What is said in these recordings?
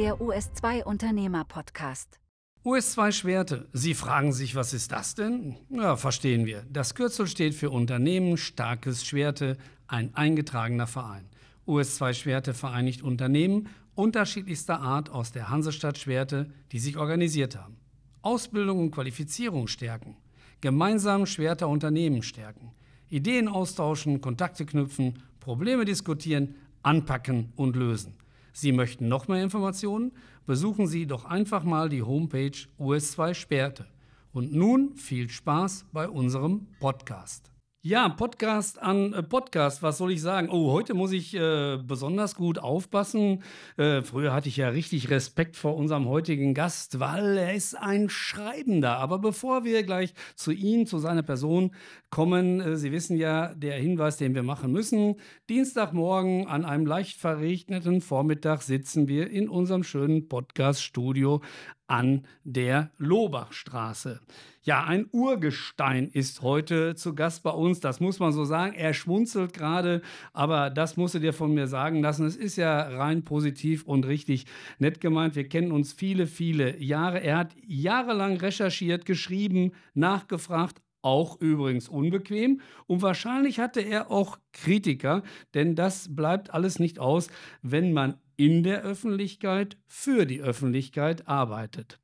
der US2 Unternehmer Podcast. US2 Schwerte. Sie fragen sich, was ist das denn? Ja, verstehen wir. Das Kürzel steht für Unternehmen Starkes Schwerte, ein eingetragener Verein. US2 Schwerte vereinigt Unternehmen unterschiedlichster Art aus der Hansestadt Schwerte, die sich organisiert haben. Ausbildung und Qualifizierung stärken. Gemeinsam Schwerter Unternehmen stärken. Ideen austauschen, Kontakte knüpfen, Probleme diskutieren, anpacken und lösen. Sie möchten noch mehr Informationen? Besuchen Sie doch einfach mal die Homepage US2 Schwerte. Und nun viel Spaß bei unserem Podcast. Ja, Podcast an Podcast, was soll ich sagen? Oh, heute muss ich besonders gut aufpassen. Früher hatte ich ja richtig Respekt vor unserem heutigen Gast, weil er ist ein Schreibender. Aber bevor wir gleich zu ihm, zu seiner Person kommen, Sie wissen ja, der Hinweis, den wir machen müssen. Dienstagmorgen an einem leicht verregneten Vormittag sitzen wir in unserem schönen Podcast-Studio an der Lohbachstraße. Ja, ein Urgestein ist heute zu Gast bei uns, das muss man so sagen. Er schmunzelt gerade, aber das musst du dir von mir sagen lassen. Es ist ja rein positiv und richtig nett gemeint. Wir kennen uns viele, viele Jahre. Er hat jahrelang recherchiert, geschrieben, nachgefragt, auch übrigens unbequem. Und wahrscheinlich hatte er auch Kritiker, denn das bleibt alles nicht aus, wenn man in der Öffentlichkeit für die Öffentlichkeit arbeitet.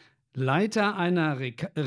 Leiter einer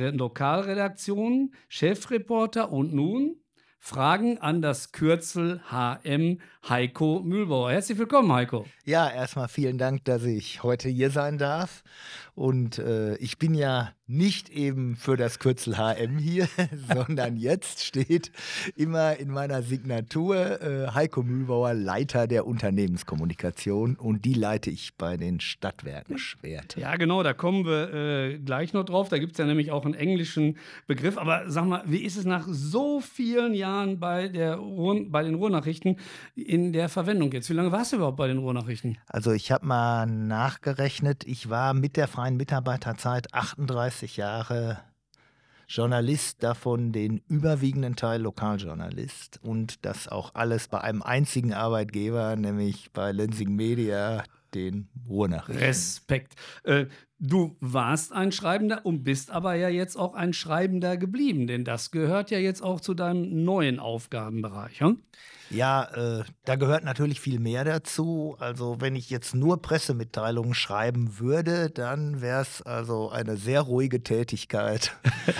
Lokalredaktion, Chefreporter und nun Fragen an das Kürzel HM Heiko Mühlbauer. Herzlich willkommen, Heiko. Ja, erstmal vielen Dank, dass ich heute hier sein darf. Und ich bin ja nicht eben für das Kürzel HM hier, sondern jetzt steht immer in meiner Signatur Heiko Mühlbauer, Leiter der Unternehmenskommunikation. Und die leite ich bei den Stadtwerken Schwerte. Ja, genau, da kommen wir gleich noch drauf. Da gibt es ja nämlich auch einen englischen Begriff. Aber sag mal, wie ist es nach so vielen Jahren bei den Ruhrnachrichten in der Verwendung jetzt? Wie lange warst du überhaupt bei den Ruhrnachrichten? Also ich habe mal nachgerechnet, ich war mit der freien Mitarbeiterzeit 38 Jahre Journalist, davon den überwiegenden Teil Lokaljournalist und das auch alles bei einem einzigen Arbeitgeber, nämlich bei Lenzing Media, den Ruhrnachrichten. Respekt. Du warst ein Schreibender und bist aber ja jetzt auch ein Schreibender geblieben, denn das gehört ja jetzt auch zu deinem neuen Aufgabenbereich. Hm? Ja, da gehört natürlich viel mehr dazu. Also wenn ich jetzt nur Pressemitteilungen schreiben würde, dann wäre es also eine sehr ruhige Tätigkeit.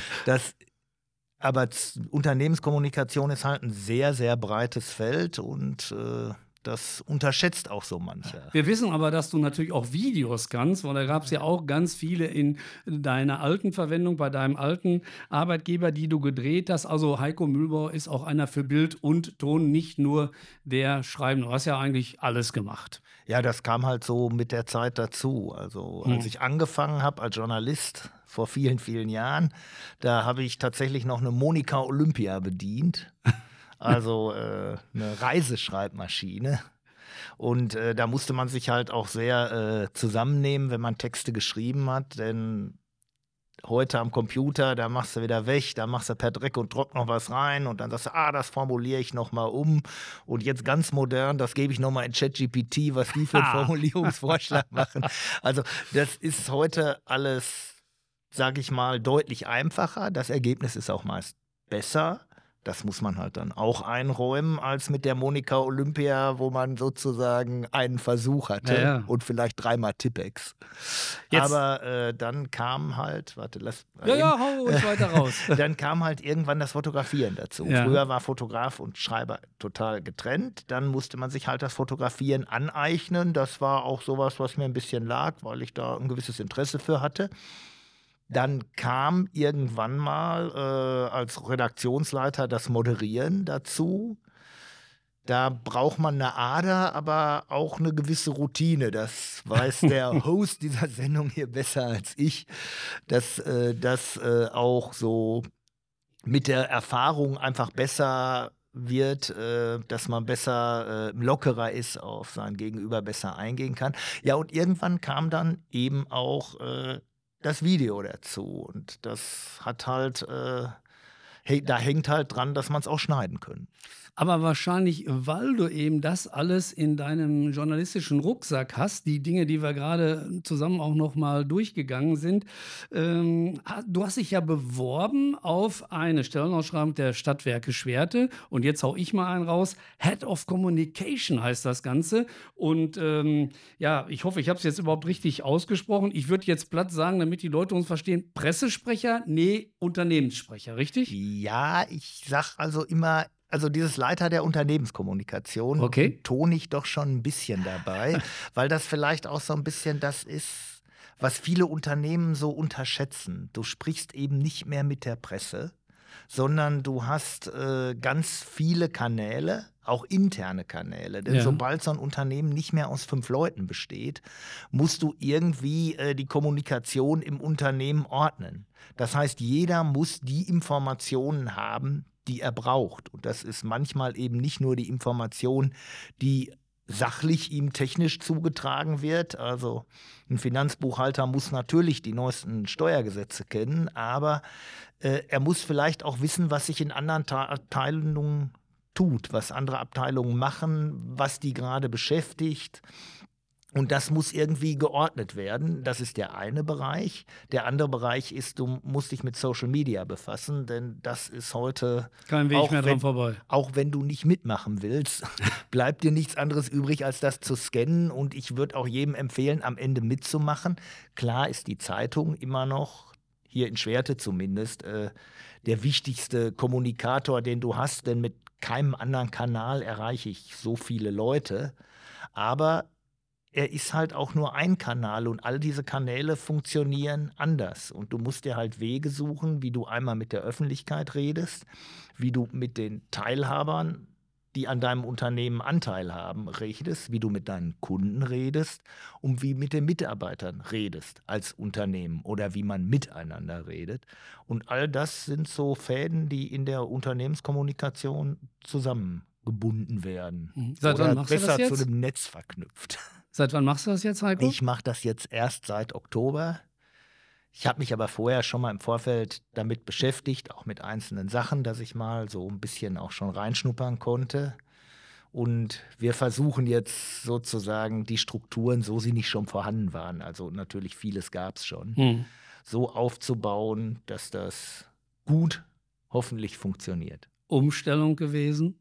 Aber Unternehmenskommunikation ist halt ein sehr, sehr breites Feld und das unterschätzt auch so mancher. Wir wissen aber, dass du natürlich auch Videos kannst, weil da gab es ja auch ganz viele in deiner alten Verwendung, bei deinem alten Arbeitgeber, die du gedreht hast. Also Heiko Mühlbauer ist auch einer für Bild und Ton, nicht nur der Schreibende. Du hast ja eigentlich alles gemacht. Ja, das kam halt so mit der Zeit dazu. Also als ich angefangen habe als Journalist vor vielen, vielen Jahren, da habe ich tatsächlich noch eine Monika Olympia bedient. Also eine Reiseschreibmaschine. Und da musste man sich halt auch sehr zusammennehmen, wenn man Texte geschrieben hat. Denn heute am Computer, da machst du wieder weg, da machst du per Dreck und Druck noch was rein und dann sagst du, das formuliere ich nochmal um. Und jetzt ganz modern, das gebe ich nochmal in ChatGPT, was die für einen Formulierungsvorschlag machen. Also das ist heute alles, sage ich mal, deutlich einfacher. Das Ergebnis ist auch meist besser. Das muss man halt dann auch einräumen, als mit der Monika Olympia, wo man sozusagen einen Versuch hatte und vielleicht 3-mal Tippex. Aber dann kam halt, hau uns weiter raus. Dann kam halt irgendwann das Fotografieren dazu. Ja. Früher war Fotograf und Schreiber total getrennt. Dann musste man sich halt das Fotografieren aneignen. Das war auch sowas, was mir ein bisschen lag, weil ich da ein gewisses Interesse für hatte. Dann kam irgendwann mal als Redaktionsleiter das Moderieren dazu. Da braucht man eine Ader, aber auch eine gewisse Routine. Das weiß der Host dieser Sendung hier besser als ich, dass das auch so mit der Erfahrung einfach besser wird, dass man besser lockerer ist, auf sein Gegenüber besser eingehen kann. Ja, und irgendwann kam dann eben auch das Video dazu. Und das hat halt da hängt halt dran, dass man es auch schneiden können. Aber wahrscheinlich, weil du eben das alles in deinem journalistischen Rucksack hast, die Dinge, die wir gerade zusammen auch noch mal durchgegangen sind. Du hast dich ja beworben auf eine Stellenausschreibung der Stadtwerke Schwerte. Und jetzt hau ich mal einen raus. Head of Communication heißt das Ganze. Und ja, ich hoffe, ich habe es jetzt überhaupt richtig ausgesprochen. Ich würde jetzt platt sagen, damit die Leute uns verstehen, Pressesprecher, nee, Unternehmenssprecher, richtig? Ja, ich sag also immer, also dieses Leiter der Unternehmenskommunikation, Okay. betone ich doch schon ein bisschen dabei, weil das vielleicht auch so ein bisschen das ist, was viele Unternehmen so unterschätzen. Du sprichst eben nicht mehr mit der Presse, sondern du hast ganz viele Kanäle, auch interne Kanäle. Denn Ja. sobald so ein Unternehmen nicht mehr aus 5 Leuten besteht, musst du irgendwie die Kommunikation im Unternehmen ordnen. Das heißt, jeder muss die Informationen haben, die er braucht. Und das ist manchmal eben nicht nur die Information, die sachlich ihm technisch zugetragen wird. Also ein Finanzbuchhalter muss natürlich die neuesten Steuergesetze kennen, aber er muss vielleicht auch wissen, was sich in anderen Abteilungen tut, was andere Abteilungen machen, was die gerade beschäftigt. Und das muss irgendwie geordnet werden. Das ist der eine Bereich. Der andere Bereich ist, du musst dich mit Social Media befassen, denn das ist heute, Kein Weg mehr dran vorbei. auch wenn du nicht mitmachen willst, bleibt dir nichts anderes übrig, als das zu scannen. Und ich würde auch jedem empfehlen, am Ende mitzumachen. Klar ist die Zeitung immer noch, hier in Schwerte zumindest, der wichtigste Kommunikator, den du hast, denn mit keinem anderen Kanal erreiche ich so viele Leute. Aber er ist halt auch nur ein Kanal und all diese Kanäle funktionieren anders. Und du musst dir halt Wege suchen, wie du einmal mit der Öffentlichkeit redest, wie du mit den Teilhabern, die an deinem Unternehmen Anteil haben, redest, wie du mit deinen Kunden redest und wie mit den Mitarbeitern redest als Unternehmen oder wie man miteinander redet. Und all das sind so Fäden, die in der Unternehmenskommunikation zusammengebunden werden. Seit wann Oder machst du das besser jetzt? zu einem Netz verknüpft. Seit wann machst du das jetzt, Heiko? Ich mache das jetzt erst seit Oktober. Ich habe mich aber vorher schon mal im Vorfeld damit beschäftigt, auch mit einzelnen Sachen, dass ich mal so ein bisschen auch schon reinschnuppern konnte. Und wir versuchen jetzt sozusagen die Strukturen, so sie nicht schon vorhanden waren, also natürlich vieles gab es schon, so aufzubauen, dass das gut hoffentlich funktioniert. Umstellung gewesen?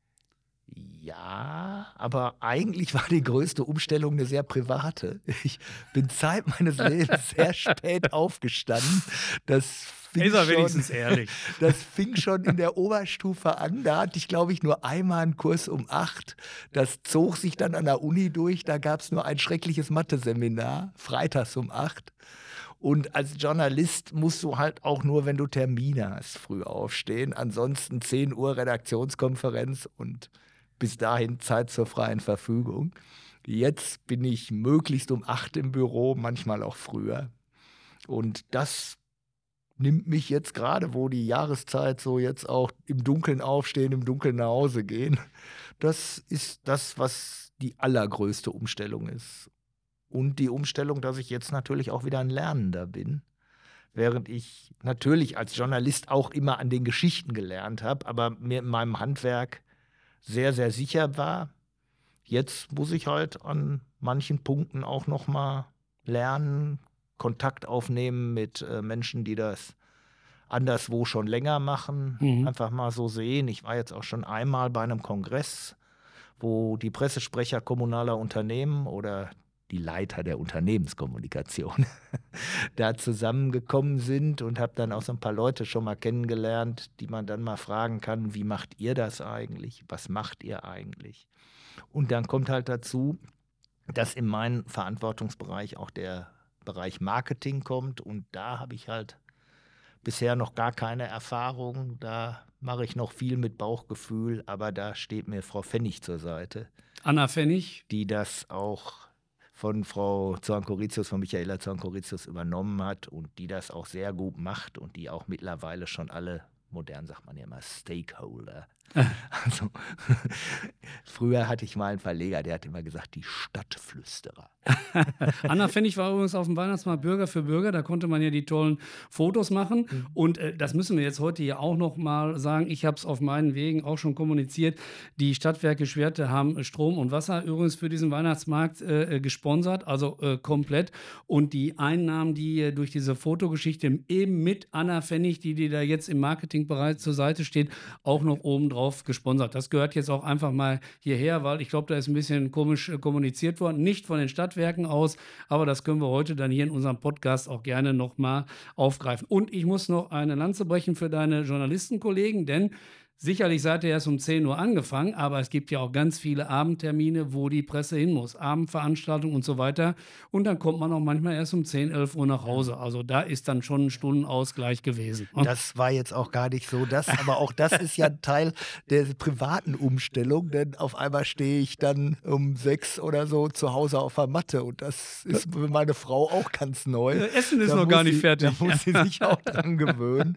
Ja, aber eigentlich war die größte Umstellung eine sehr private. Ich bin Zeit meines Lebens sehr spät aufgestanden. Das fing Ist er schon, wenigstens ehrlich. das fing schon in der Oberstufe an. Da hatte ich, glaube ich, nur einmal einen Kurs um 8. Das zog sich dann an der Uni durch. Da gab es nur ein schreckliches Mathe-Seminar, freitags um 8. Und als Journalist musst du halt auch nur, wenn du Termine hast, früh aufstehen. Ansonsten 10 Uhr Redaktionskonferenz und bis dahin Zeit zur freien Verfügung. Jetzt bin ich möglichst um 8 im Büro, manchmal auch früher. Und das nimmt mich jetzt gerade, wo die Jahreszeit so jetzt auch im Dunkeln aufstehen, im Dunkeln nach Hause gehen. Das ist das, was die allergrößte Umstellung ist. Und die Umstellung, dass ich jetzt natürlich auch wieder ein Lernender bin. Während ich natürlich als Journalist auch immer an den Geschichten gelernt habe, aber mir in meinem Handwerk sehr, sehr sicher war. Jetzt muss ich halt an manchen Punkten auch noch mal lernen, Kontakt aufnehmen mit Menschen, die das anderswo schon länger machen. Einfach mal so sehen. Ich war jetzt auch schon einmal bei einem Kongress, wo die Pressesprecher kommunaler Unternehmen oder die Leiter der Unternehmenskommunikation da zusammengekommen sind und habe dann auch so ein paar Leute schon mal kennengelernt, die man dann mal fragen kann, wie macht ihr das eigentlich? Was macht ihr eigentlich? Und dann kommt halt dazu, dass in meinen Verantwortungsbereich auch der Bereich Marketing kommt und da habe ich halt bisher noch gar keine Erfahrung. Da mache ich noch viel mit Bauchgefühl, aber da steht mir Frau Pfennig zur Seite. Anna Pfennig? Die das auch von Frau Zorn-Coritius, von Michaela Zorn-Coritius übernommen hat und die das auch sehr gut macht und die auch mittlerweile schon alle modern sagt man ja immer Stakeholder. Also früher hatte ich mal einen Verleger, der hat immer gesagt, die Stadtflüsterer. Anna Pfennig war übrigens auf dem Weihnachtsmarkt Bürger für Bürger, da konnte man ja die tollen Fotos machen und das müssen wir jetzt heute hier auch noch mal sagen, ich habe es auf meinen Wegen auch schon kommuniziert, die Stadtwerke Schwerte haben Strom und Wasser übrigens für diesen Weihnachtsmarkt gesponsert, also komplett, und die Einnahmen, die durch diese Fotogeschichte eben mit Anna Pfennig, die da jetzt im Marketingbereich zur Seite steht, auch noch obendrauf gesponsert. Das gehört jetzt auch einfach mal hierher, weil ich glaube, da ist ein bisschen komisch kommuniziert worden, nicht von den Stadtwerken aus, aber das können wir heute dann hier in unserem Podcast auch gerne nochmal aufgreifen. Und ich muss noch eine Lanze brechen für deine Journalistenkollegen, denn sicherlich seid ihr erst um 10 Uhr angefangen, aber es gibt ja auch ganz viele Abendtermine, wo die Presse hin muss, Abendveranstaltungen und so weiter. Und dann kommt man auch manchmal erst um 10, 11 Uhr nach Hause. Also da ist dann schon ein Stundenausgleich gewesen. Das war jetzt auch gar nicht so das, aber auch das ist ja ein Teil der privaten Umstellung, denn auf einmal stehe ich dann um 6 oder so zu Hause auf der Matte und das ist für meine Frau auch ganz neu. Essen ist noch gar nicht fertig. Da muss sie sich auch dran gewöhnen.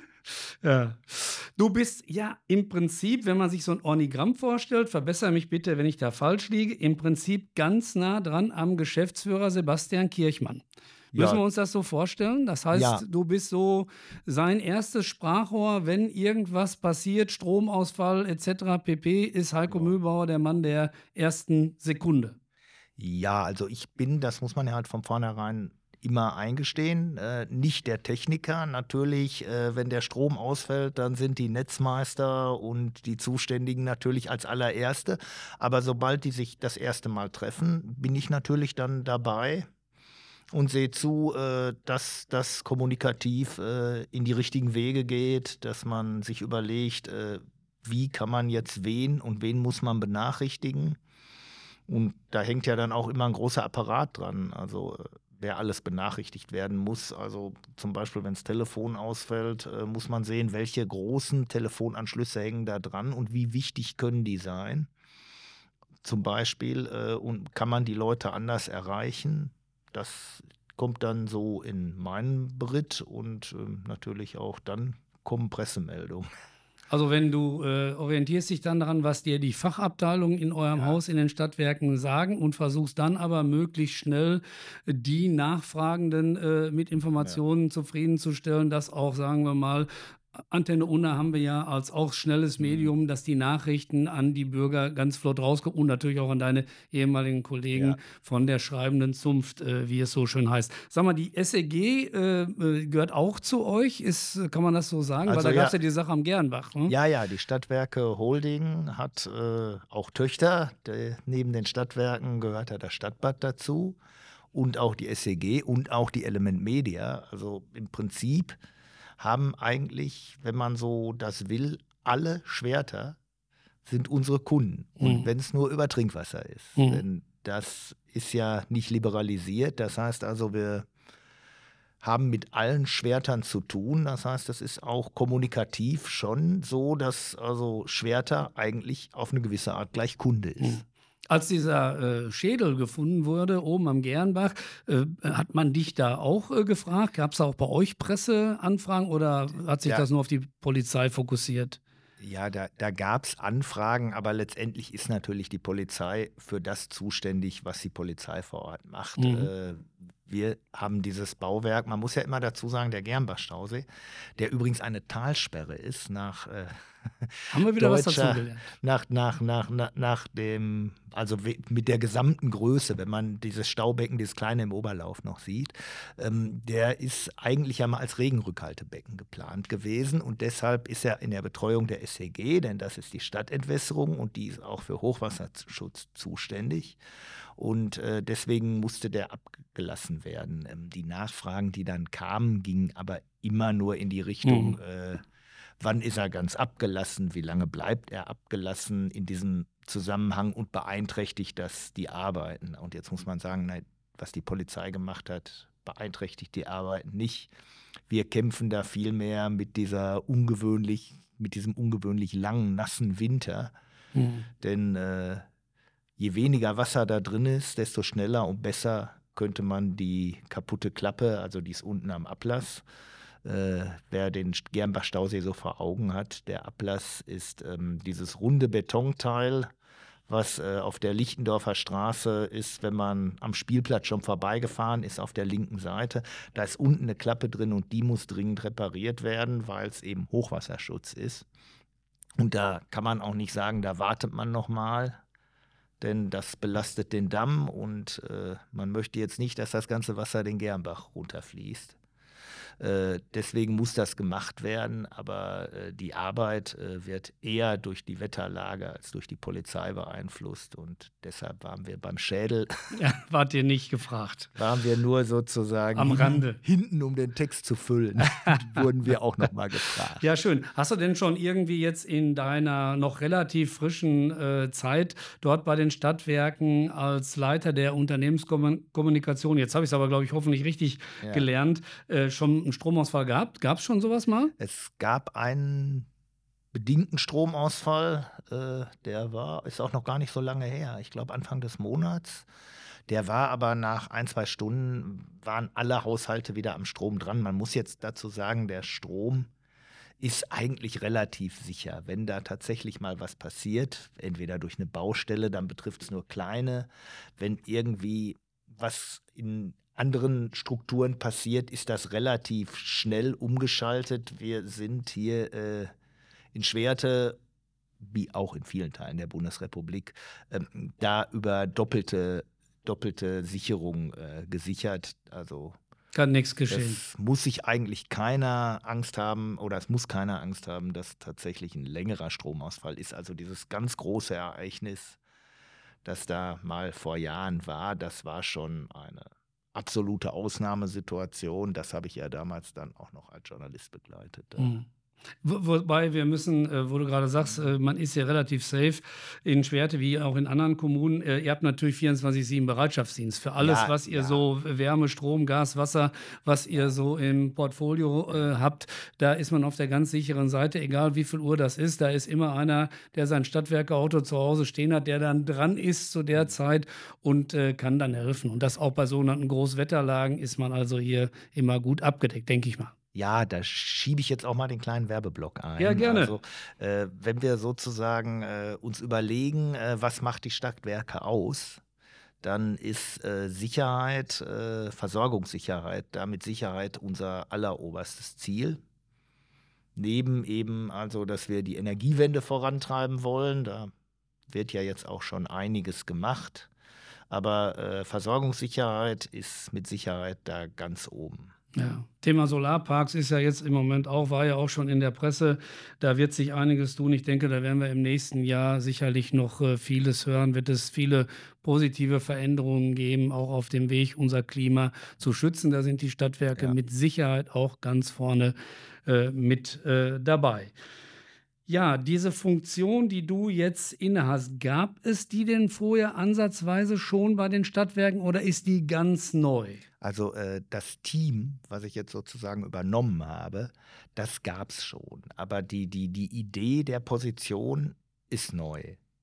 Ja. Du bist ja im Prinzip, wenn man sich so ein Organigramm vorstellt, verbessere mich bitte, wenn ich da falsch liege, im Prinzip ganz nah dran am Geschäftsführer Sebastian Kirchmann. Müssen wir uns das so vorstellen? Das heißt, du bist so sein erstes Sprachrohr, wenn irgendwas passiert, Stromausfall etc. pp., ist Heiko Mühlbauer der Mann der ersten Sekunde. Ja, also ich bin, das muss man ja halt von vornherein immer eingestehen, nicht der Techniker. Natürlich, wenn der Strom ausfällt, dann sind die Netzmeister und die Zuständigen natürlich als allererste. Aber sobald die sich das erste Mal treffen, bin ich natürlich dann dabei und sehe zu, dass das kommunikativ in die richtigen Wege geht, dass man sich überlegt, wie kann man jetzt wen und wen muss man benachrichtigen. Und da hängt ja dann auch immer ein großer Apparat dran, also wer alles benachrichtigt werden muss. Also zum Beispiel, wenn das Telefon ausfällt, muss man sehen, welche großen Telefonanschlüsse hängen da dran und wie wichtig können die sein. Zum Beispiel, und kann man die Leute anders erreichen. Das kommt dann so in meinen Beritt und natürlich auch dann kommen Pressemeldungen. Also wenn du orientierst dich dann daran, was dir die Fachabteilungen in eurem Haus in den Stadtwerken sagen und versuchst dann aber möglichst schnell die Nachfragenden mit Informationen zufriedenzustellen, dass auch, sagen wir mal, Antenne Unna haben wir ja als auch schnelles Medium, dass die Nachrichten an die Bürger ganz flott rauskommen und natürlich auch an deine ehemaligen Kollegen von der schreibenden Zunft, wie es so schön heißt. Sag mal, die SEG gehört auch zu euch, kann man das so sagen? Also weil da gab es ja die Sache am Gernbach. Ne? Ja, die Stadtwerke Holding hat auch Töchter. Neben den Stadtwerken gehört ja das Stadtbad dazu und auch die SEG und auch die Element Media. Also im Prinzip haben eigentlich, wenn man so das will, alle Schwerter sind unsere Kunden. Und wenn es nur über Trinkwasser ist. Denn das ist ja nicht liberalisiert. Das heißt also, wir haben mit allen Schwertern zu tun. Das heißt, das ist auch kommunikativ schon so, dass also Schwerter eigentlich auf eine gewisse Art gleich Kunde ist. Als dieser Schädel gefunden wurde, oben am Gernbach, hat man dich da auch gefragt? Gab es auch bei euch Presseanfragen oder hat sich das nur auf die Polizei fokussiert? Ja, da gab es Anfragen, aber letztendlich ist natürlich die Polizei für das zuständig, was die Polizei vor Ort macht. Wir haben dieses Bauwerk, man muss ja immer dazu sagen, der Gernbach-Stausee, der übrigens eine Talsperre ist nach haben wir wieder was dazu gelernt? Nach dem, also mit der gesamten Größe, wenn man dieses Staubecken, dieses kleine im Oberlauf noch sieht, der ist eigentlich ja mal als Regenrückhaltebecken geplant gewesen und deshalb ist er in der Betreuung der SEG, denn das ist die Stadtentwässerung und die ist auch für Hochwasserschutz zuständig. Und deswegen musste der abgelassen werden. Die Nachfragen, die dann kamen, gingen aber immer nur in die Richtung, wann ist er ganz abgelassen, wie lange bleibt er abgelassen in diesem Zusammenhang und beeinträchtigt das die Arbeiten. Und jetzt muss man sagen, nein, was die Polizei gemacht hat, beeinträchtigt die Arbeiten nicht. Wir kämpfen da vielmehr mit diesem ungewöhnlich langen, nassen Winter. Denn je weniger Wasser da drin ist, desto schneller und besser könnte man die kaputte Klappe, also die ist unten am Ablass, Wer den Germbach-Stausee so vor Augen hat, der Ablass ist dieses runde Betonteil, was auf der Lichtendorfer Straße ist, wenn man am Spielplatz schon vorbeigefahren ist, auf der linken Seite. Da ist unten eine Klappe drin und die muss dringend repariert werden, weil es eben Hochwasserschutz ist. Und da kann man auch nicht sagen, da wartet man noch mal, denn das belastet den Damm und man möchte jetzt nicht, dass das ganze Wasser den Germbach runterfließt. Deswegen muss das gemacht werden, aber die Arbeit wird eher durch die Wetterlage als durch die Polizei beeinflusst und deshalb waren wir beim Schädel. Ja, wart ihr nicht gefragt? Waren wir nur sozusagen am Rande. Hinten, um den Text zu füllen, wurden wir auch nochmal gefragt. Ja, schön. Hast du denn schon irgendwie jetzt in deiner noch relativ frischen Zeit dort bei den Stadtwerken als Leiter der Unternehmenskommunikation, jetzt habe ich es aber, glaube ich, hoffentlich richtig gelernt, schon einen Stromausfall gehabt? Gab es schon sowas mal? Es gab einen bedingten Stromausfall, ist auch noch gar nicht so lange her. Ich glaube Anfang des Monats. Der war aber nach 1-2 Stunden, waren alle Haushalte wieder am Strom dran. Man muss jetzt dazu sagen, der Strom ist eigentlich relativ sicher. Wenn da tatsächlich mal was passiert, entweder durch eine Baustelle, dann betrifft es nur kleine. Wenn irgendwie was in anderen Strukturen passiert, ist das relativ schnell umgeschaltet. Wir sind hier in Schwerte, wie auch in vielen Teilen der Bundesrepublik, da über doppelte Sicherung gesichert. Also kann nichts geschehen. Es muss sich eigentlich keiner Angst haben, oder es muss keiner Angst haben, dass tatsächlich ein längerer Stromausfall ist. Also dieses ganz große Ereignis, das da mal vor Jahren war, das war schon eine absolute Ausnahmesituation. Das habe ich ja damals dann auch noch als Journalist begleitet. Mhm. Wobei wir müssen, wo du gerade sagst, man ist ja relativ safe in Schwerte wie auch in anderen Kommunen. Ihr habt natürlich 24/7 Bereitschaftsdienst für alles, was ihr so Wärme, Strom, Gas, Wasser, was ihr so im Portfolio habt. Da ist man auf der ganz sicheren Seite, egal wie viel Uhr das ist. Da ist immer einer, der sein Stadtwerkeauto zu Hause stehen hat, der dann dran ist zu der Zeit und kann dann helfen. Und das auch bei sogenannten Großwetterlagen ist man also hier immer gut abgedeckt, denke ich mal. Ja, da schiebe ich jetzt auch mal den kleinen Werbeblock ein. Ja, gerne. Also, wenn wir sozusagen uns überlegen, was macht die Stadtwerke aus, dann ist Sicherheit, Versorgungssicherheit, da mit Sicherheit unser alleroberstes Ziel. Neben eben also, dass wir die Energiewende vorantreiben wollen, da wird ja jetzt auch schon einiges gemacht, aber Versorgungssicherheit ist mit Sicherheit da ganz oben. Ja, Thema Solarparks ist ja jetzt im Moment auch, war ja auch schon in der Presse. Da wird sich einiges tun. Ich denke, da werden wir im nächsten Jahr sicherlich noch vieles hören. Wird es viele positive Veränderungen geben, auch auf dem Weg, unser Klima zu schützen. Da sind die Stadtwerke mit Sicherheit auch ganz vorne mit dabei. Ja, diese Funktion, die du jetzt innehast, gab es die denn vorher ansatzweise schon bei den Stadtwerken oder ist die ganz neu? Also das Team, was ich jetzt sozusagen übernommen habe, das gab es schon. Aber die Idee der Position ist neu.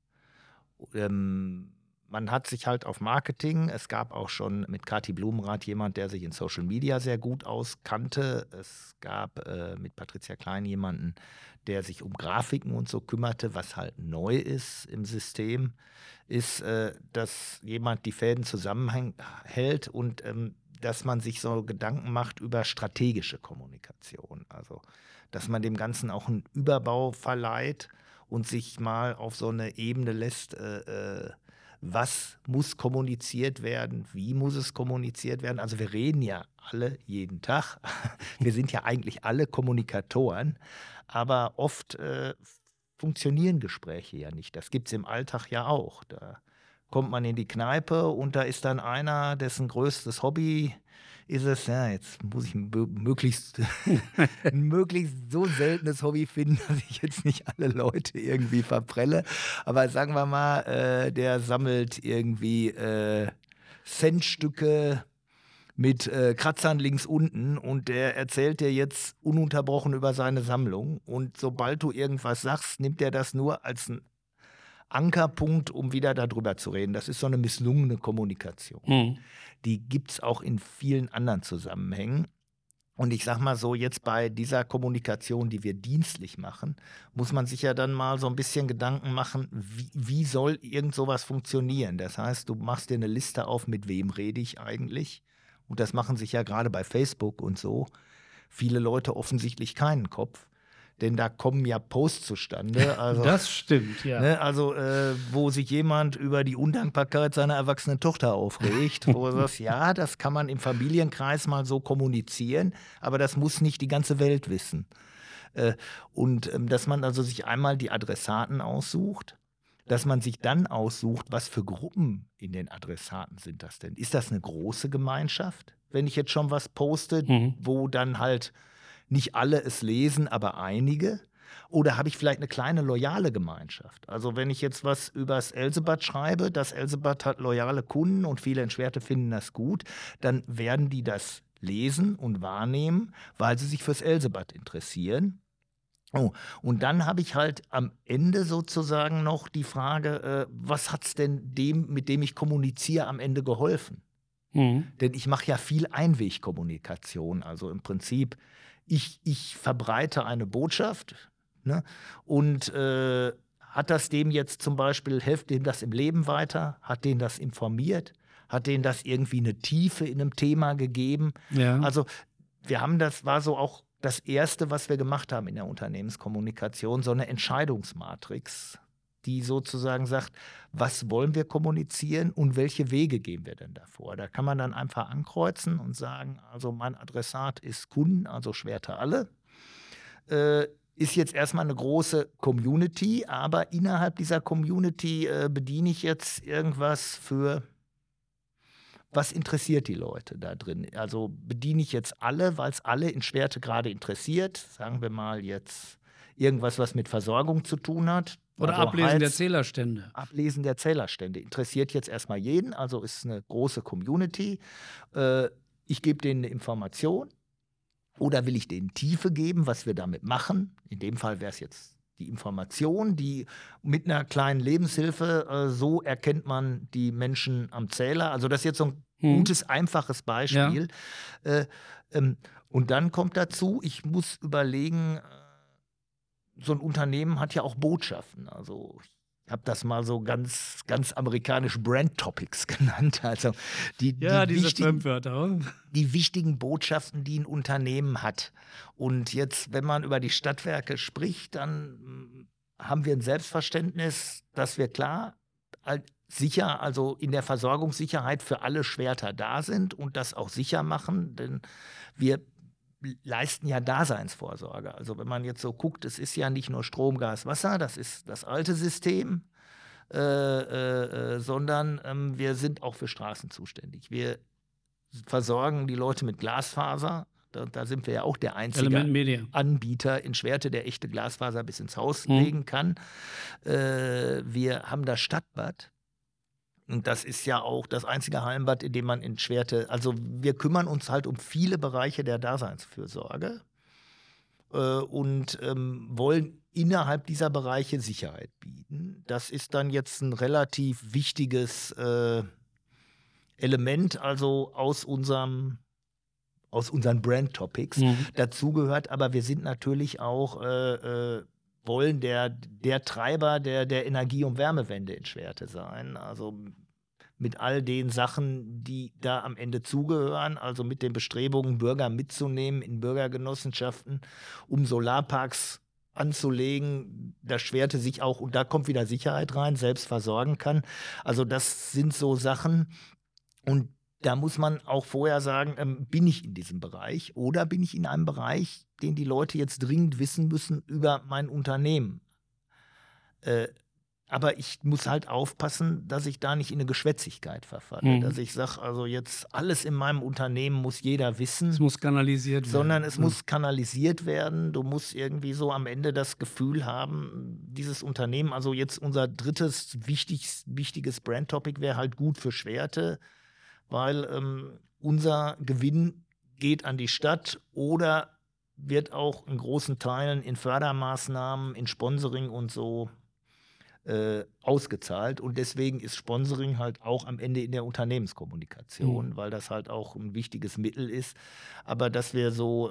Man hat sich halt auf Marketing, es gab auch schon mit Kathi Blumenrath jemand, der sich in Social Media sehr gut auskannte. Es gab mit Patricia Klein jemanden, der sich um Grafiken und so kümmerte. Was halt neu ist im System, ist, dass jemand die Fäden zusammenhält und dass man sich so Gedanken macht über strategische Kommunikation. Also, dass man dem Ganzen auch einen Überbau verleiht und sich mal auf so eine Ebene lässt, was muss kommuniziert werden, wie muss es kommuniziert werden. Also wir reden ja alle jeden Tag, wir sind ja eigentlich alle Kommunikatoren, aber oft funktionieren Gespräche ja nicht. Das gibt es im Alltag ja auch. Da kommt man in die Kneipe und da ist dann einer, dessen größtes Hobby ist es, ja, jetzt muss ich ein möglichst so seltenes Hobby finden, dass ich jetzt nicht alle Leute irgendwie verprelle. Aber sagen wir mal, der sammelt irgendwie Centstücke mit Kratzern links unten und der erzählt dir jetzt ununterbrochen über seine Sammlung. Und sobald du irgendwas sagst, nimmt er das nur als ein Ankerpunkt, um wieder darüber zu reden. Das ist so eine misslungene Kommunikation. Die gibt es auch in vielen anderen Zusammenhängen. Und ich sag mal so, jetzt bei dieser Kommunikation, die wir dienstlich machen, muss man sich ja dann mal so ein bisschen Gedanken machen, wie soll irgend sowas funktionieren? Das heißt, du machst dir eine Liste auf, mit wem rede ich eigentlich? Und das machen sich ja gerade bei Facebook und so viele Leute offensichtlich keinen Kopf. Denn da kommen ja Posts zustande. Also, Das stimmt, ja. ne, also wo sich jemand über die Undankbarkeit seiner erwachsenen Tochter aufregt, wo du sagst, ja, das kann man im Familienkreis mal so kommunizieren, aber das muss nicht die ganze Welt wissen. Und dass man also sich einmal die Adressaten aussucht, dass man sich dann aussucht, was für Gruppen in den Adressaten sind das denn? Ist das eine große Gemeinschaft, wenn ich jetzt schon was poste, wo dann halt nicht alle es lesen, aber einige? Oder habe ich vielleicht eine kleine loyale Gemeinschaft? Also wenn ich jetzt was über das Elsebad schreibe, das Elsebad hat loyale Kunden und viele in Schwerte finden das gut, dann werden die das lesen und wahrnehmen, weil sie sich fürs Elsebad interessieren. Oh, und dann habe ich halt am Ende sozusagen noch die Frage, was hat es denn dem, mit dem ich kommuniziere, am Ende geholfen? Denn ich mache ja viel Einwegkommunikation. Also im Prinzip, ich verbreite eine Botschaft, ne? Und hat das dem jetzt zum Beispiel, hilft dem das im Leben weiter? Hat den das informiert? Hat denen das irgendwie eine Tiefe in einem Thema gegeben? Ja. Also wir haben das, war so auch das Erste, was wir gemacht haben in der Unternehmenskommunikation, so eine Entscheidungsmatrix, die sozusagen sagt, was wollen wir kommunizieren und welche Wege gehen wir denn davor? Da kann man dann einfach ankreuzen und sagen, also mein Adressat ist Kunden, also Schwerte alle. Ist jetzt erstmal eine große Community, aber innerhalb dieser Community bediene ich jetzt irgendwas für, was interessiert die Leute da drin? Also bediene ich jetzt alle, weil es alle in Schwerte gerade interessiert, sagen wir mal jetzt irgendwas, was mit Versorgung zu tun hat. Oder also Ablesen der Zählerstände. Ablesen der Zählerstände interessiert jetzt erstmal jeden, also ist eine große Community. Ich gebe denen eine Information oder will ich denen Tiefe geben, was wir damit machen? In dem Fall wäre es jetzt die Information, die mit einer kleinen Lebenshilfe, so erkennt man die Menschen am Zähler. Also das ist jetzt so ein gutes, einfaches Beispiel. Ja. Und dann kommt dazu, ich muss überlegen, so ein Unternehmen hat ja auch Botschaften. Also ich habe das mal so ganz, ganz amerikanisch Brand Topics genannt. Also diese Fremdwörter. Die wichtigen Botschaften, die ein Unternehmen hat. Und jetzt, wenn man über die Stadtwerke spricht, dann haben wir ein Selbstverständnis, dass wir klar sicher, also in der Versorgungssicherheit für alle Schwerter da sind und das auch sicher machen, denn wir leisten ja Daseinsvorsorge. Also wenn man jetzt so guckt, es ist ja nicht nur Strom, Gas, Wasser, das ist das alte System, sondern wir sind auch für Straßen zuständig. Wir versorgen die Leute mit Glasfaser. Da sind wir ja auch der einzige Anbieter in Schwerte, der echte Glasfaser bis ins Haus legen kann. Wir haben das Stadtbad. Und das ist ja auch das einzige Hallenbad, in dem man in Schwerte, also wir kümmern uns halt um viele Bereiche der Daseinsfürsorge und wollen innerhalb dieser Bereiche Sicherheit bieten. Das ist dann jetzt ein relativ wichtiges Element, also aus unseren Brand-Topics. Dazu gehört aber, wir sind natürlich auch wollen der Treiber der Energie- und Wärmewende in Schwerte sein. Also mit all den Sachen, die da am Ende zugehören, also mit den Bestrebungen, Bürger mitzunehmen in Bürgergenossenschaften, um Solarparks anzulegen, dass Schwerte sich auch, und da kommt wieder Sicherheit rein, selbst versorgen kann. Also das sind so Sachen, und da muss man auch vorher sagen, bin ich in diesem Bereich oder bin ich in einem Bereich, den die Leute jetzt dringend wissen müssen über mein Unternehmen. Aber ich muss halt aufpassen, dass ich da nicht in eine Geschwätzigkeit verfalle. Dass ich sage, also jetzt alles in meinem Unternehmen muss jeder wissen. Es muss kanalisiert werden. Sondern es muss kanalisiert werden. Du musst irgendwie so am Ende das Gefühl haben, dieses Unternehmen, also jetzt unser drittes wichtiges Brand-Topic wäre halt gut für Schwerte, weil unser Gewinn geht an die Stadt oder wird auch in großen Teilen in Fördermaßnahmen, in Sponsoring und so ausgezahlt. Und deswegen ist Sponsoring halt auch am Ende in der Unternehmenskommunikation, weil das halt auch ein wichtiges Mittel ist. Aber dass wir so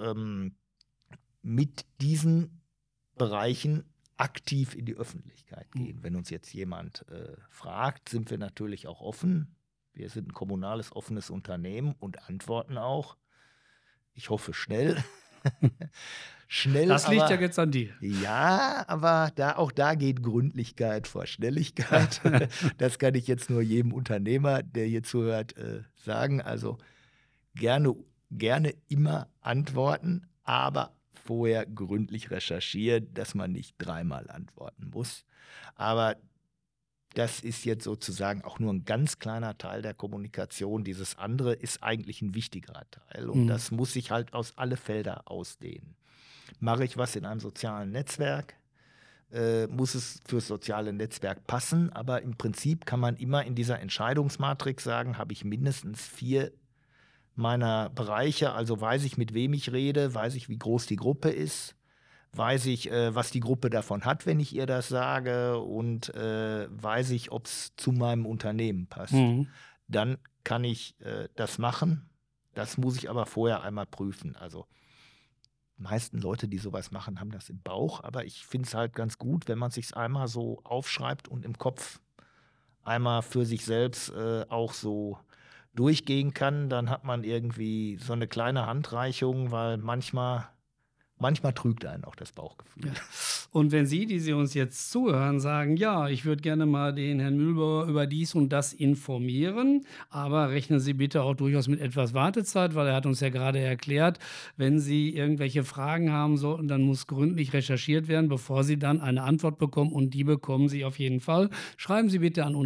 mit diesen Bereichen aktiv in die Öffentlichkeit gehen. Wenn uns jetzt jemand fragt, sind wir natürlich auch offen. Wir sind ein kommunales, offenes Unternehmen und antworten auch. Ich hoffe schnell. Schnell, das liegt aber, ja jetzt an dir. Ja, aber auch da geht Gründlichkeit vor Schnelligkeit. Das kann ich jetzt nur jedem Unternehmer, der hier zuhört, sagen. Also gerne immer antworten, aber vorher gründlich recherchieren, dass man nicht 3-mal antworten muss. Aber das ist jetzt sozusagen auch nur ein ganz kleiner Teil der Kommunikation. Dieses andere ist eigentlich ein wichtigerer Teil. Und das muss sich halt aus alle Felder ausdehnen. Mache ich was in einem sozialen Netzwerk, muss es fürs soziale Netzwerk passen. Aber im Prinzip kann man immer in dieser Entscheidungsmatrix sagen, habe ich mindestens 4 meiner Bereiche. Also weiß ich, mit wem ich rede, weiß ich, wie groß die Gruppe ist. Weiß ich, was die Gruppe davon hat, wenn ich ihr das sage, und weiß ich, ob es zu meinem Unternehmen passt. Dann kann ich das machen. Das muss ich aber vorher einmal prüfen. Also die meisten Leute, die sowas machen, haben das im Bauch. Aber ich finde es halt ganz gut, wenn man es sich einmal so aufschreibt und im Kopf einmal für sich selbst auch so durchgehen kann. Dann hat man irgendwie so eine kleine Handreichung, weil manchmal trügt einen auch das Bauchgefühl. Ja. Und wenn Sie, die Sie uns jetzt zuhören, sagen, ja, ich würde gerne mal den Herrn Mühlbauer über dies und das informieren, aber rechnen Sie bitte auch durchaus mit etwas Wartezeit, weil er hat uns ja gerade erklärt, wenn Sie irgendwelche Fragen haben sollten, dann muss gründlich recherchiert werden, bevor Sie dann eine Antwort bekommen, und die bekommen Sie auf jeden Fall. Schreiben Sie bitte an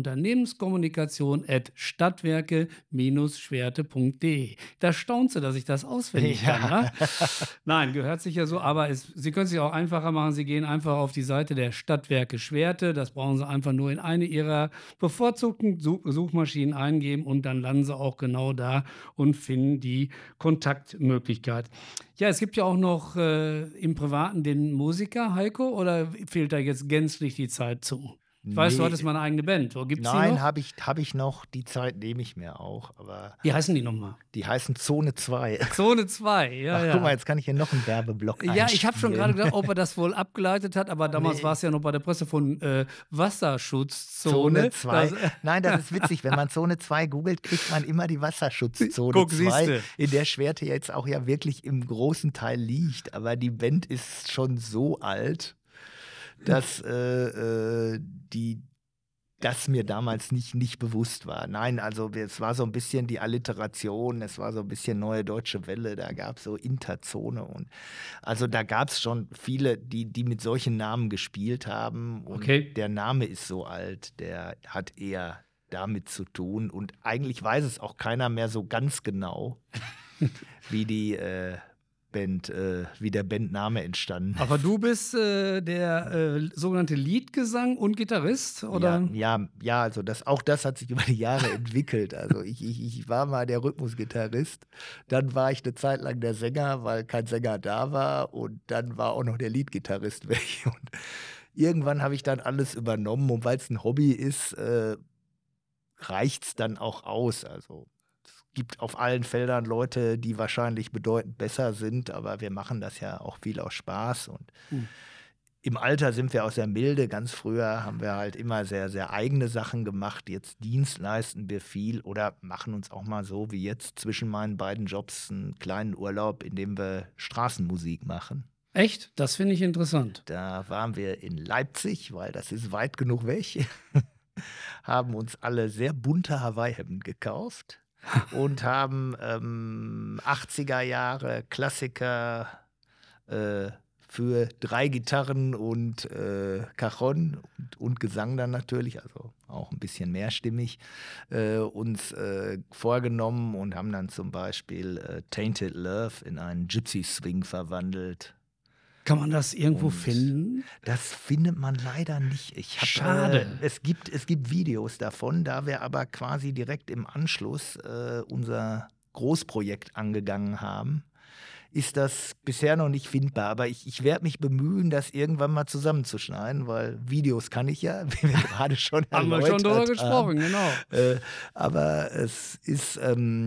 unternehmenskommunikation@stadtwerke-schwerte.de. Da staunt Sie, dass ich das auswendig kann. Ne? Nein, gehört sich ja so, aber Sie können es sich auch einfacher machen. Sie gehen einfach auf die Seite der Stadtwerke Schwerte. Das brauchen Sie einfach nur in eine Ihrer bevorzugten Suchmaschinen eingeben und dann landen Sie auch genau da und finden die Kontaktmöglichkeit. Ja, es gibt ja auch noch im Privaten den Musiker, Heiko, oder fehlt da jetzt gänzlich die Zeit zu? Ich weiß, du hattest mal eine eigene Band. Gibt's die noch? Nein, habe ich noch. Die Zeit nehme ich mir auch. Aber Wie heißen die nochmal? Die heißen Zone 2. Zone 2, ja, ja. Guck mal, jetzt kann ich hier noch einen Werbeblock einspielen. Ja, ich habe schon gerade gedacht, ob er das wohl abgeleitet hat, aber damals war es ja noch bei der Presse von Wasserschutzzone. Zone 2. Nein, das ist witzig. Wenn man Zone 2 googelt, kriegt man immer die Wasserschutzzone 2, in der Schwerte jetzt auch ja wirklich im großen Teil liegt. Aber die Band ist schon so alt, dass das mir damals nicht bewusst war. Nein, also es war so ein bisschen die Alliteration, es war so ein bisschen Neue Deutsche Welle, da gab es so Interzone, und also da gab es schon viele, die mit solchen Namen gespielt haben, und der Name ist so alt, der hat eher damit zu tun, und eigentlich weiß es auch keiner mehr so ganz genau, wie der Bandname entstanden ist. Aber du bist der sogenannte Leadgesang und Gitarrist, oder? Ja, also auch das hat sich über die Jahre entwickelt. Also ich war mal der Rhythmusgitarrist, dann war ich eine Zeit lang der Sänger, weil kein Sänger da war, und dann war auch noch der Leadgitarrist weg. Und irgendwann habe ich dann alles übernommen, und weil es ein Hobby ist, reicht es dann auch aus. Also gibt auf allen Feldern Leute, die wahrscheinlich bedeutend besser sind, aber wir machen das ja auch viel aus Spaß, und im Alter sind wir aus der Milde. Ganz früher haben wir halt immer sehr, sehr eigene Sachen gemacht. Jetzt dienstleisten wir viel oder machen uns auch mal so wie jetzt zwischen meinen beiden Jobs einen kleinen Urlaub, in dem wir Straßenmusik machen. Echt? Das finde ich interessant. Da waren wir in Leipzig, weil das ist weit genug weg, haben uns alle sehr bunte Hawaii-Hemden gekauft und haben 80er Jahre Klassiker für 3 Gitarren und Cajon und Gesang dann natürlich, also auch ein bisschen mehrstimmig, uns vorgenommen und haben dann zum Beispiel Tainted Love in einen Gypsy Swing verwandelt. Kann man das irgendwo finden? Das findet man leider nicht. Schade. Es gibt Videos davon, da wir aber quasi direkt im Anschluss unser Großprojekt angegangen haben, ist das bisher noch nicht findbar. Aber ich werde mich bemühen, das irgendwann mal zusammenzuschneiden, weil Videos kann ich ja, wie wir gerade schon haben wir schon drüber gesprochen, genau. Aber es ist,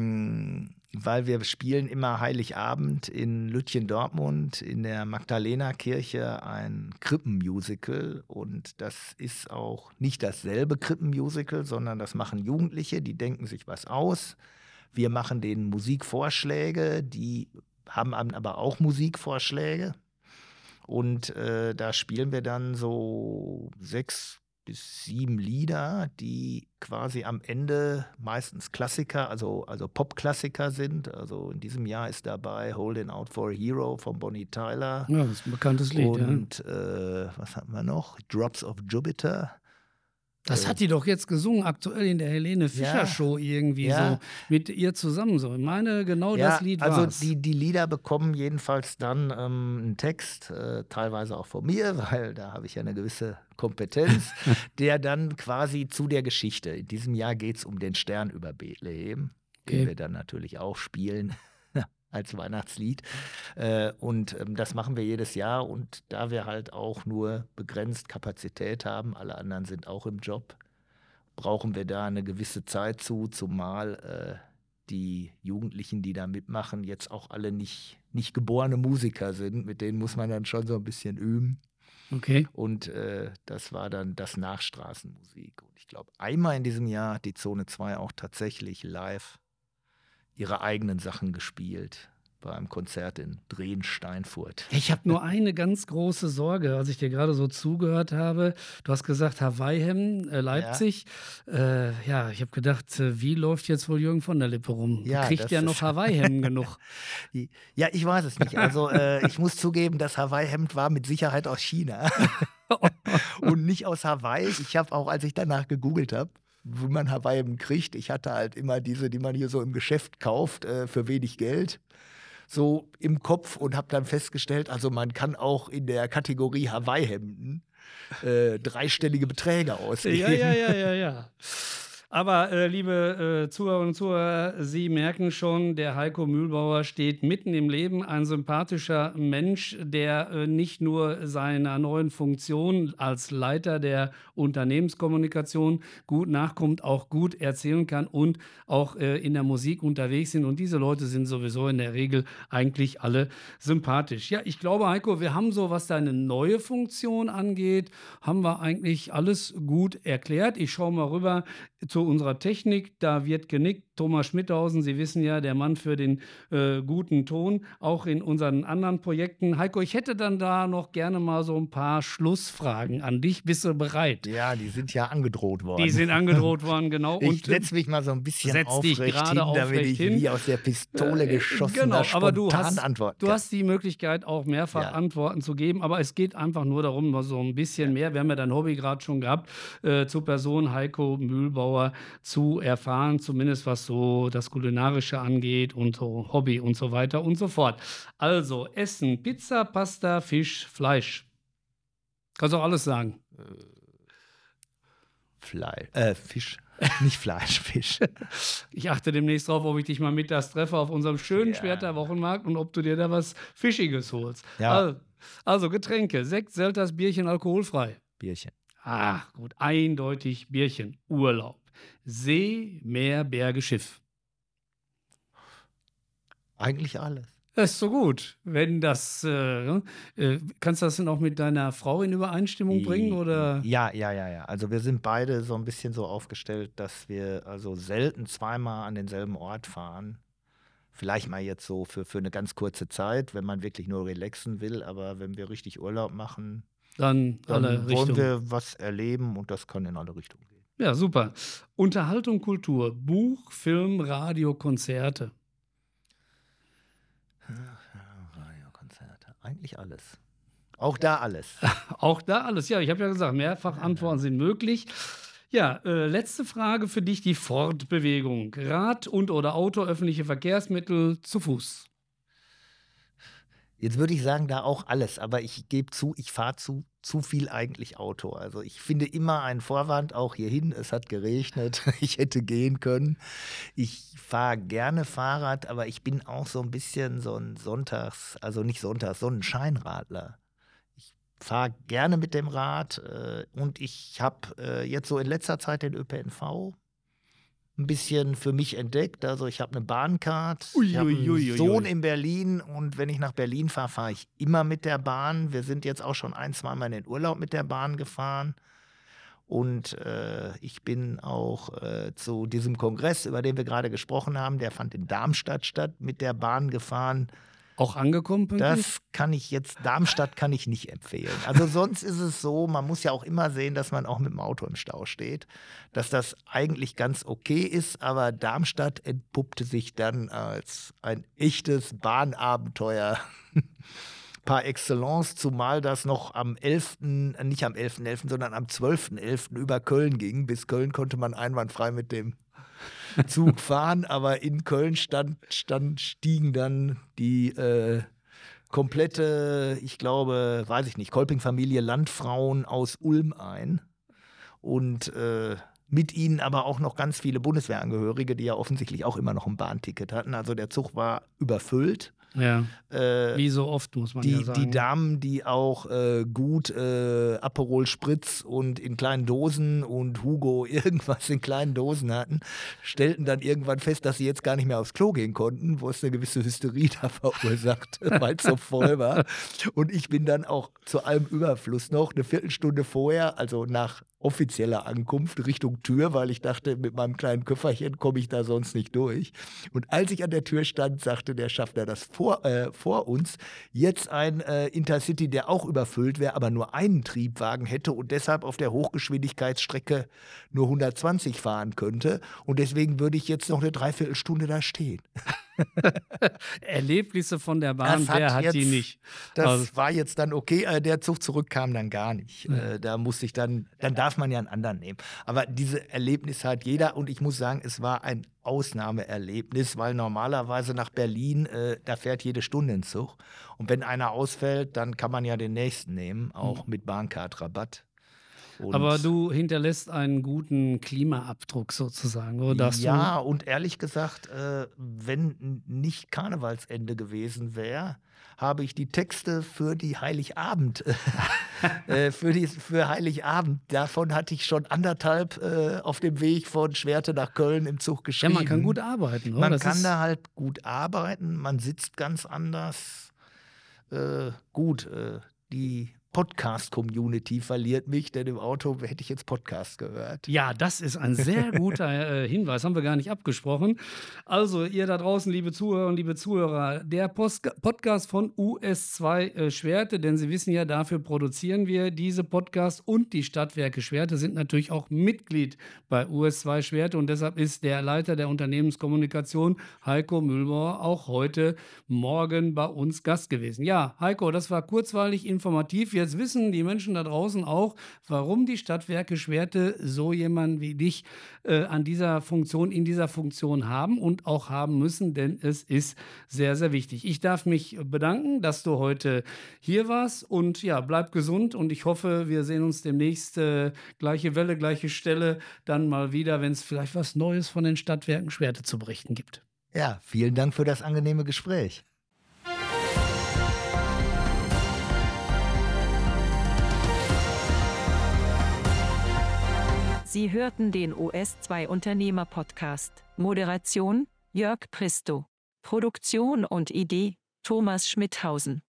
weil wir spielen immer Heiligabend in Lütjen-Dortmund in der Magdalena-Kirche ein Krippenmusical. Und das ist auch nicht dasselbe Krippenmusical, sondern das machen Jugendliche, die denken sich was aus. Wir machen denen Musikvorschläge, die haben aber auch Musikvorschläge. Und da spielen wir dann so 6 bis 7 Lieder, die quasi am Ende meistens Klassiker, also Popklassiker sind. Also in diesem Jahr ist dabei Holding Out for a Hero von Bonnie Tyler. Ja, das ist ein bekanntes Lied. Und was hatten wir noch? Drops of Jupiter. Das hat die doch jetzt gesungen, aktuell in der Helene Fischer Show irgendwie so mit ihr zusammen. So. Ich meine, genau das Lied war es. Also die Lieder bekommen jedenfalls dann einen Text, teilweise auch von mir, weil da habe ich ja eine gewisse Kompetenz, der dann quasi zu der Geschichte. In diesem Jahr geht es um den Stern über Bethlehem, den wir dann natürlich auch spielen. Als Weihnachtslied. Und das machen wir jedes Jahr. Und da wir halt auch nur begrenzt Kapazität haben, alle anderen sind auch im Job, brauchen wir da eine gewisse Zeit zumal die Jugendlichen, die da mitmachen, jetzt auch alle nicht geborene Musiker sind. Mit denen muss man dann schon so ein bisschen üben. Okay. Und das war dann das nach Straßenmusik. Und ich glaube, einmal in diesem Jahr hat die Zone 2 auch tatsächlich live ihre eigenen Sachen gespielt bei einem Konzert in Drehen-Steinfurt. Ich habe nur eine ganz große Sorge, als ich dir gerade so zugehört habe. Du hast gesagt, Hawaii-Hemden, Leipzig. Ja, ich habe gedacht, wie läuft jetzt wohl Jürgen von der Lippe rum? Ja, kriegt ja noch Hawaii-Hemden genug. Ja, ich weiß es nicht. Also ich muss zugeben, das Hawaii-Hemd war mit Sicherheit aus China und nicht aus Hawaii. Ich habe auch, als ich danach gegoogelt habe, wie man Hawaii-Hemden kriegt, ich hatte halt immer diese, die man hier so im Geschäft kauft, für wenig Geld, so im Kopf und habe dann festgestellt, also man kann auch in der Kategorie Hawaii-Hemden dreistellige Beträge ausgeben. Ja. Aber liebe Zuhörerinnen und Zuhörer, Sie merken schon, der Heiko Mühlbauer steht mitten im Leben. Ein sympathischer Mensch, der nicht nur seiner neuen Funktion als Leiter der Unternehmenskommunikation gut nachkommt, auch gut erzählen kann und auch in der Musik unterwegs sind. Und diese Leute sind sowieso in der Regel eigentlich alle sympathisch. Ja, ich glaube, Heiko, wir haben so, was deine neue Funktion angeht, haben wir eigentlich alles gut erklärt. Ich schaue mal rüber zu unserer Technik, da wird genickt. Thomas Schmidhausen, Sie wissen ja, der Mann für den guten Ton, auch in unseren anderen Projekten. Heiko, ich hätte dann da noch gerne mal so ein paar Schlussfragen an dich. Bist du bereit? Ja, die sind ja angedroht worden. Die sind angedroht worden, genau. Ich setze mich mal so ein bisschen aufrecht hin, damit ich wie aus der Pistole geschossen aber du antworten kann. hast die Möglichkeit, auch mehrfach Antworten zu geben, aber es geht einfach nur darum, mal so ein bisschen mehr, wir haben ja dein Hobby gerade schon gehabt, zur Person Heiko Mühlbauer zu erfahren, zumindest was so das Kulinarische angeht und so Hobby und so weiter und so fort. Also Essen, Pizza, Pasta, Fisch, Fleisch. Kannst auch alles sagen. Fisch. Nicht Fleisch, Fisch. Ich achte demnächst drauf, ob ich dich mal mittags treffe auf unserem schönen Schwerter Wochenmarkt und ob du dir da was Fischiges holst. Ja. Also Getränke, Sekt, Selters, Bierchen, alkoholfrei. Bierchen. Ach gut, eindeutig Bierchen. Urlaub. See, Meer, Berge, Schiff. Eigentlich alles. Das ist so gut. Wenn das, kannst du das denn auch mit deiner Frau in Übereinstimmung bringen? Oder? Ja. Also wir sind beide so ein bisschen so aufgestellt, dass wir also selten zweimal an denselben Ort fahren. Vielleicht mal jetzt so für eine ganz kurze Zeit, wenn man wirklich nur relaxen will. Aber wenn wir richtig Urlaub machen, dann wollen wir was erleben und das kann in alle Richtungen gehen. Ja, super. Unterhaltung, Kultur, Buch, Film, Radio, Konzerte. Radiokonzerte, eigentlich alles. Auch da alles. Auch da alles, ja, ich habe ja gesagt, mehrfach Antworten sind möglich. Ja, letzte Frage für dich, die Fortbewegung. Rad und oder Auto, öffentliche Verkehrsmittel, zu Fuß. Jetzt würde ich sagen, da auch alles, aber ich gebe zu, ich fahre zu viel eigentlich Auto. Also ich finde immer einen Vorwand, auch hierhin, es hat geregnet, ich hätte gehen können. Ich fahre gerne Fahrrad, aber ich bin auch so ein bisschen so ein Sonnenscheinradler. Ich fahre gerne mit dem Rad und ich habe jetzt so in letzter Zeit den ÖPNV ein bisschen für mich entdeckt. Also ich habe eine Bahncard, ich habe einen Sohn in Berlin und wenn ich nach Berlin fahre, fahre ich immer mit der Bahn. Wir sind jetzt auch schon 1-2 Mal in den Urlaub mit der Bahn gefahren. Und ich bin auch zu diesem Kongress, über den wir gerade gesprochen haben, der fand in Darmstadt statt, mit der Bahn gefahren. Auch angekommen pünktlich? Darmstadt kann ich nicht empfehlen. Also sonst ist es so, man muss ja auch immer sehen, dass man auch mit dem Auto im Stau steht, dass das eigentlich ganz okay ist, aber Darmstadt entpuppte sich dann als ein echtes Bahnabenteuer par excellence, zumal das noch nicht am 11.11., sondern am 12.11. über Köln ging. Bis Köln konnte man einwandfrei mit dem Zug fahren, aber in Köln stiegen dann die komplette, ich glaube, weiß ich nicht, Kolping-Familie Landfrauen aus Ulm ein und mit ihnen aber auch noch ganz viele Bundeswehrangehörige, die ja offensichtlich auch immer noch ein Bahnticket hatten. Also der Zug war überfüllt. Ja, wie so oft, muss man ja sagen. Die Damen, die auch gut Aperol Spritz und in kleinen Dosen und Hugo irgendwas in kleinen Dosen hatten, stellten dann irgendwann fest, dass sie jetzt gar nicht mehr aufs Klo gehen konnten, wo es eine gewisse Hysterie da verursacht, weil es so voll war. Und ich bin dann auch zu allem Überfluss noch eine Viertelstunde vorher, also nach offizieller Ankunft, Richtung Tür, weil ich dachte, mit meinem kleinen Köfferchen komme ich da sonst nicht durch. Und als ich an der Tür stand, sagte der Schaffner, das vor uns jetzt ein Intercity, der auch überfüllt wäre, aber nur einen Triebwagen hätte und deshalb auf der Hochgeschwindigkeitsstrecke nur 120 fahren könnte. Und deswegen würde ich jetzt noch eine Dreiviertelstunde da stehen. Erlebnisse von der Bahn, wer hat die nicht? Das war jetzt dann okay, der Zug zurückkam dann gar nicht. Da musste ich dann darf man ja einen anderen nehmen. Aber diese Erlebnisse hat jeder und ich muss sagen, es war ein Ausnahmeerlebnis, weil normalerweise nach Berlin, da fährt jede Stunde ein Zug. Und wenn einer ausfällt, dann kann man ja den nächsten nehmen, auch mit Bahncard-Rabatt. Aber du hinterlässt einen guten Klimaabdruck sozusagen, oder? Ja, und ehrlich gesagt, wenn nicht Karnevalsende gewesen wäre, habe ich die Texte für die Heiligabend, für Heiligabend, davon hatte ich schon 1,5 auf dem Weg von Schwerte nach Köln im Zug geschrieben. Ja, man kann gut arbeiten, oder? Man kann da halt gut arbeiten, man sitzt ganz anders. Die Podcast-Community verliert mich, denn im Auto hätte ich jetzt Podcast gehört. Ja, das ist ein sehr guter Hinweis, haben wir gar nicht abgesprochen. Also ihr da draußen, liebe Zuhörerinnen, liebe Zuhörer, der Podcast von US2 Schwerte, denn Sie wissen ja, dafür produzieren wir diese Podcasts und die Stadtwerke Schwerte sind natürlich auch Mitglied bei US2 Schwerte und deshalb ist der Leiter der Unternehmenskommunikation, Heiko Mühlbauer, auch heute Morgen bei uns Gast gewesen. Ja, Heiko, das war kurzweilig informativ. Jetzt wissen die Menschen da draußen auch, warum die Stadtwerke Schwerte so jemanden wie dich in dieser Funktion haben und auch haben müssen, denn es ist sehr, sehr wichtig. Ich darf mich bedanken, dass du heute hier warst und ja, bleib gesund und ich hoffe, wir sehen uns demnächst gleiche Welle, gleiche Stelle, dann mal wieder, wenn es vielleicht was Neues von den Stadtwerken Schwerte zu berichten gibt. Ja, vielen Dank für das angenehme Gespräch. Sie hörten den US2 Unternehmer Podcast. Moderation: Jörg Pristo. Produktion und Idee: Thomas Schmidhausen.